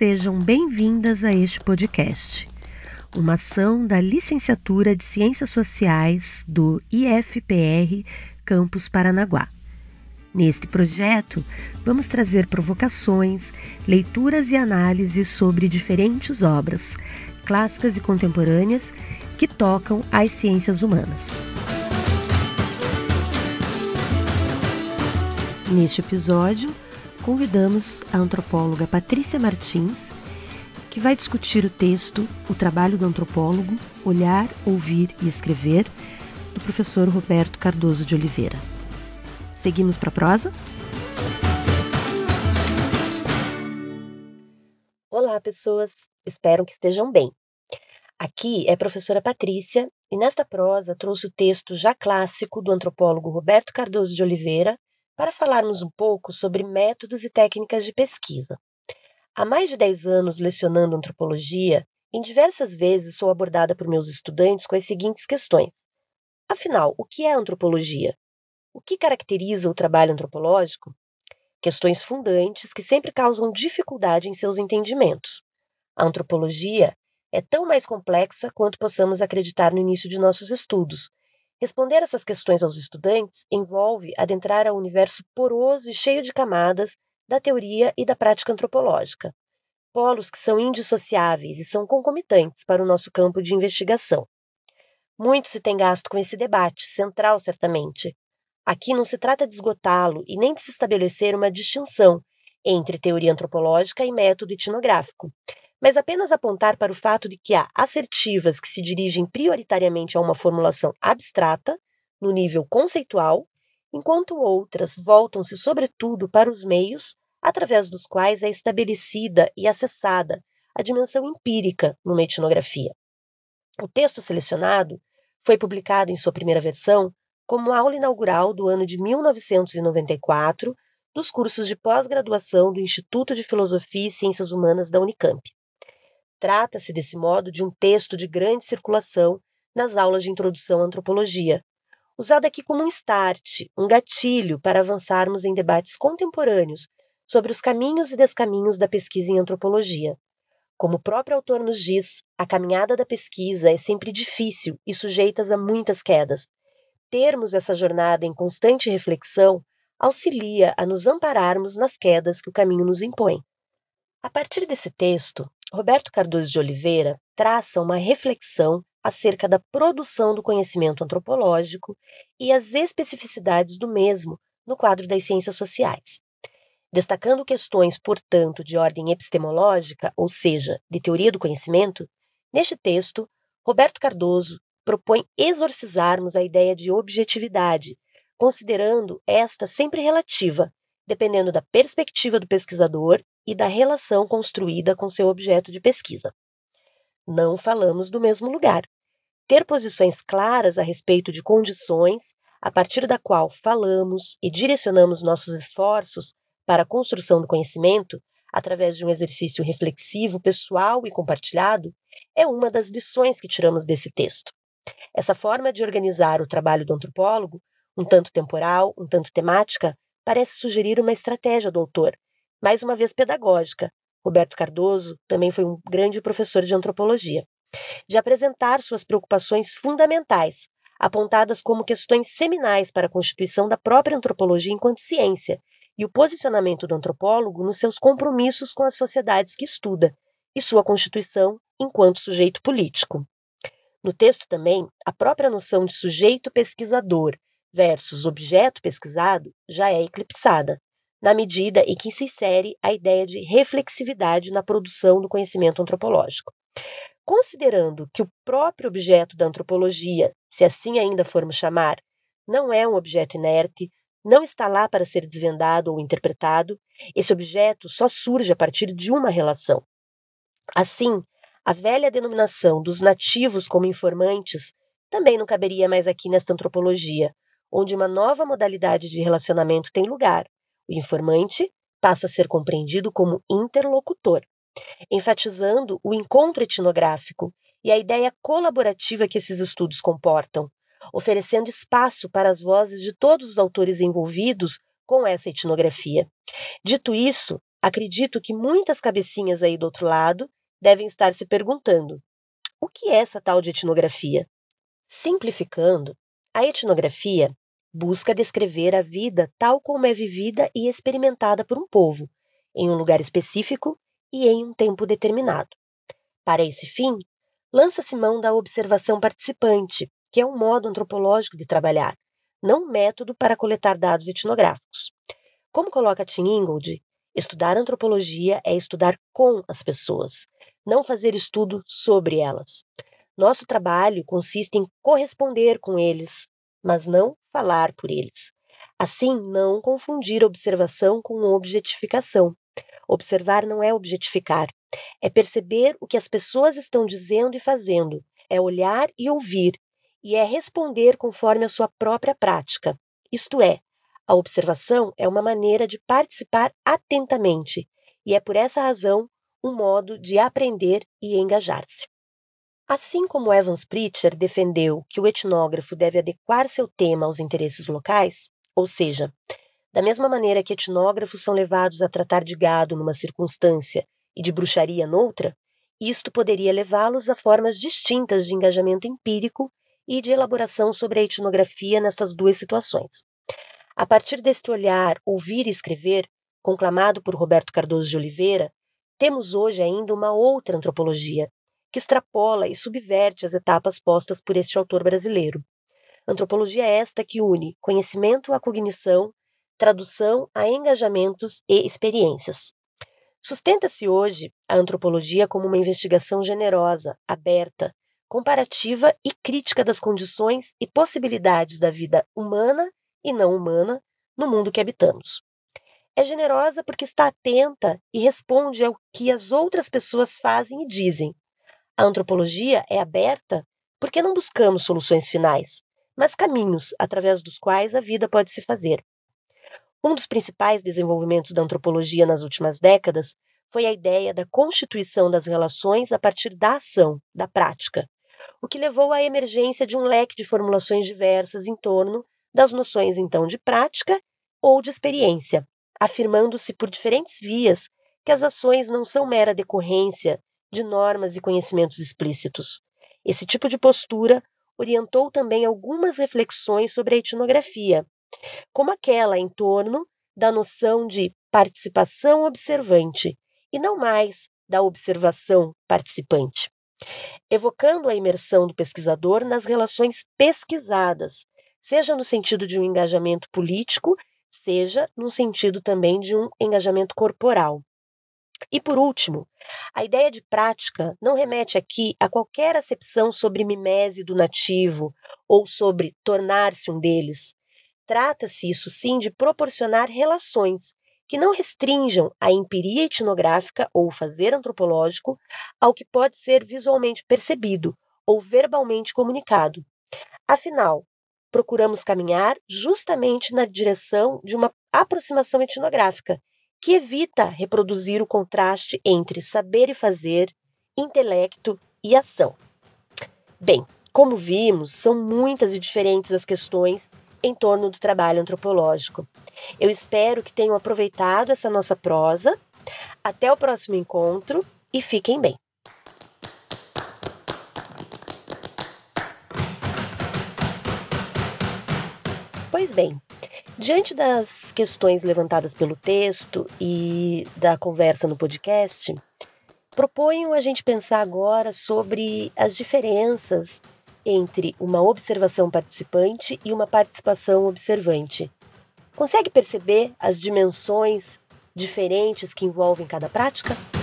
Sejam bem-vindas a este podcast, uma ação da Licenciatura de Ciências Sociais do IFPR Campus Paranaguá. Neste projeto, vamos trazer provocações, leituras e análises sobre diferentes obras, clássicas e contemporâneas, que tocam as ciências humanas. Neste episódio, convidamos a antropóloga Patrícia Martins, que vai discutir o texto O Trabalho do Antropólogo, Olhar, Ouvir e Escrever, do professor Roberto Cardoso de Oliveira. Seguimos para a prosa? Olá, pessoas! Espero que estejam bem. Aqui é a professora Patrícia e nesta prosa trouxe o texto já clássico do antropólogo Roberto Cardoso de Oliveira para falarmos um pouco sobre métodos e técnicas de pesquisa. Há mais de 10 anos lecionando antropologia, em diversas vezes sou abordada por meus estudantes com as seguintes questões. Afinal, o que é antropologia? O que caracteriza o trabalho antropológico? Questões fundantes que sempre causam dificuldade em seus entendimentos. A antropologia é tão mais complexa quanto possamos acreditar no início de nossos estudos. Responder essas questões aos estudantes envolve adentrar ao universo poroso e cheio de camadas da teoria e da prática antropológica, polos que são indissociáveis e são concomitantes para o nosso campo de investigação. Muito se tem gasto com esse debate, central certamente. Aqui não se trata de esgotá-lo e nem de se estabelecer uma distinção entre teoria antropológica e método etnográfico, mas apenas apontar para o fato de que há assertivas que se dirigem prioritariamente a uma formulação abstrata, no nível conceitual, enquanto outras voltam-se sobretudo para os meios através dos quais é estabelecida e acessada a dimensão empírica numa etnografia. O texto selecionado foi publicado em sua primeira versão como aula inaugural do ano de 1994 dos cursos de pós-graduação do Instituto de Filosofia e Ciências Humanas da Unicamp. Trata-se, desse modo, de um texto de grande circulação nas aulas de introdução à antropologia, usado aqui como um start, um gatilho para avançarmos em debates contemporâneos sobre os caminhos e descaminhos da pesquisa em antropologia. Como o próprio autor nos diz, a caminhada da pesquisa é sempre difícil e sujeita a muitas quedas. Termos essa jornada em constante reflexão auxilia a nos ampararmos nas quedas que o caminho nos impõe. A partir desse texto, Roberto Cardoso de Oliveira traça uma reflexão acerca da produção do conhecimento antropológico e as especificidades do mesmo no quadro das ciências sociais. Destacando questões, portanto, de ordem epistemológica, ou seja, de teoria do conhecimento, neste texto, Roberto Cardoso propõe exorcizarmos a ideia de objetividade, considerando esta sempre relativa, dependendo da perspectiva do pesquisador e da relação construída com seu objeto de pesquisa. Não falamos do mesmo lugar. Ter posições claras a respeito de condições a partir da qual falamos e direcionamos nossos esforços para a construção do conhecimento, através de um exercício reflexivo, pessoal e compartilhado, é uma das lições que tiramos desse texto. Essa forma de organizar o trabalho do antropólogo, um tanto temporal, um tanto temática, parece sugerir uma estratégia do autor, mais uma vez pedagógica. Roberto Cardoso também foi um grande professor de antropologia, de apresentar suas preocupações fundamentais, apontadas como questões seminais para a constituição da própria antropologia enquanto ciência, e o posicionamento do antropólogo nos seus compromissos com as sociedades que estuda, e sua constituição enquanto sujeito político. No texto também, a própria noção de sujeito pesquisador versus objeto pesquisado já é eclipsada, na medida em que se insere a ideia de reflexividade na produção do conhecimento antropológico. Considerando que o próprio objeto da antropologia, se assim ainda formos chamar, não é um objeto inerte, não está lá para ser desvendado ou interpretado, esse objeto só surge a partir de uma relação. Assim, a velha denominação dos nativos como informantes também não caberia mais aqui nesta antropologia, onde uma nova modalidade de relacionamento tem lugar. O informante passa a ser compreendido como interlocutor, enfatizando o encontro etnográfico e a ideia colaborativa que esses estudos comportam, oferecendo espaço para as vozes de todos os autores envolvidos com essa etnografia. Dito isso, Acredito que muitas cabecinhas aí do outro lado devem estar se perguntando: o que é essa tal de etnografia? Simplificando, a etnografia busca descrever a vida tal como é vivida e experimentada por um povo, em um lugar específico e em um tempo determinado. Para esse fim, lança-se mão da observação participante, que é um modo antropológico de trabalhar, não um método para coletar dados etnográficos. Como coloca Tim Ingold, estudar antropologia é estudar com as pessoas, não fazer estudo sobre elas. Nosso trabalho consiste em corresponder com eles, mas não falar por eles. Assim, não confundir observação com objetificação. Observar não é objetificar, é perceber o que as pessoas estão dizendo e fazendo, é olhar e ouvir, e é responder conforme a sua própria prática. Isto é, a observação é uma maneira de participar atentamente, e é por essa razão um modo de aprender e engajar-se. Assim como Evans Pritchard defendeu que o etnógrafo deve adequar seu tema aos interesses locais, ou seja, da mesma maneira que etnógrafos são levados a tratar de gado numa circunstância e de bruxaria noutra, isto poderia levá-los a formas distintas de engajamento empírico e de elaboração sobre a etnografia nestas duas situações. A partir deste olhar, ouvir e escrever, conclamado por Roberto Cardoso de Oliveira, temos hoje ainda uma outra antropologia, que extrapola e subverte as etapas postas por este autor brasileiro. Antropologia esta que une conhecimento à cognição, tradução a engajamentos e experiências. Sustenta-se hoje a antropologia como uma investigação generosa, aberta, comparativa e crítica das condições e possibilidades da vida humana e não humana no mundo que habitamos. É generosa porque está atenta e responde ao que as outras pessoas fazem e dizem. A antropologia é aberta porque não buscamos soluções finais, mas caminhos através dos quais a vida pode se fazer. Um dos principais desenvolvimentos da antropologia nas últimas décadas foi a ideia da constituição das relações a partir da ação, da prática, o que levou à emergência de um leque de formulações diversas em torno das noções então de prática ou de experiência, afirmando-se por diferentes vias que as ações não são mera decorrência de normas e conhecimentos explícitos. Esse tipo de postura orientou também algumas reflexões sobre a etnografia, como aquela em torno da noção de participação observante e não mais da observação participante, evocando a imersão do pesquisador nas relações pesquisadas, seja no sentido de um engajamento político, seja no sentido também de um engajamento corporal. E por último, a ideia de prática não remete aqui a qualquer acepção sobre mimese do nativo ou sobre tornar-se um deles. Trata-se, isso sim, de proporcionar relações que não restringam a empiria etnográfica ou o fazer antropológico ao que pode ser visualmente percebido ou verbalmente comunicado. Afinal, procuramos caminhar justamente na direção de uma aproximação etnográfica, que evita reproduzir o contraste entre saber e fazer, intelecto e ação. Bem, como vimos, são muitas e diferentes as questões em torno do trabalho antropológico. Eu espero que tenham aproveitado essa nossa prosa. Até o próximo encontro e fiquem bem. Pois bem, diante das questões levantadas pelo texto e da conversa no podcast, proponho a gente pensar agora sobre as diferenças entre uma observação participante e uma participação observante. Consegue perceber as dimensões diferentes que envolvem cada prática?